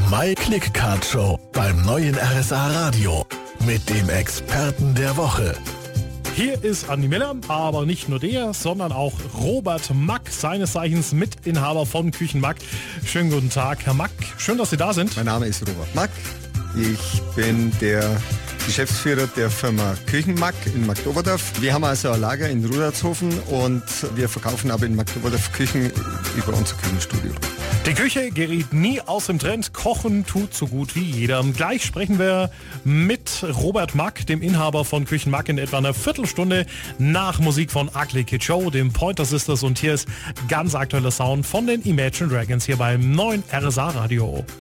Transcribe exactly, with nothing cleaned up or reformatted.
My Click-Card Show beim neuen R S A Radio mit dem Experten der Woche. Hier ist Andi Miller, aber nicht nur der, sondern auch Robert Mack, seines Zeichens Mitinhaber von Küchen Mack. Schönen guten Tag, Herr Mack. Schön, dass Sie da sind. Mein Name ist Robert Mack. Ich bin der Geschäftsführer der Firma Küchen Mack in Marktoberdorf. Wir haben also ein Lager in Rudertshofen und wir verkaufen aber in Marktoberdorf Küchen über unser Küchenstudio. Die Küche geriet nie aus dem Trend. Kochen tut so gut wie jeder. Gleich sprechen wir mit Robert Mack, dem Inhaber von Küchen Mack, in etwa einer Viertelstunde nach Musik von Ugly Kid Joe, dem Pointer Sisters, und hier ist ganz aktueller Sound von den Imagine Dragons hier beim neuen R S A Radio.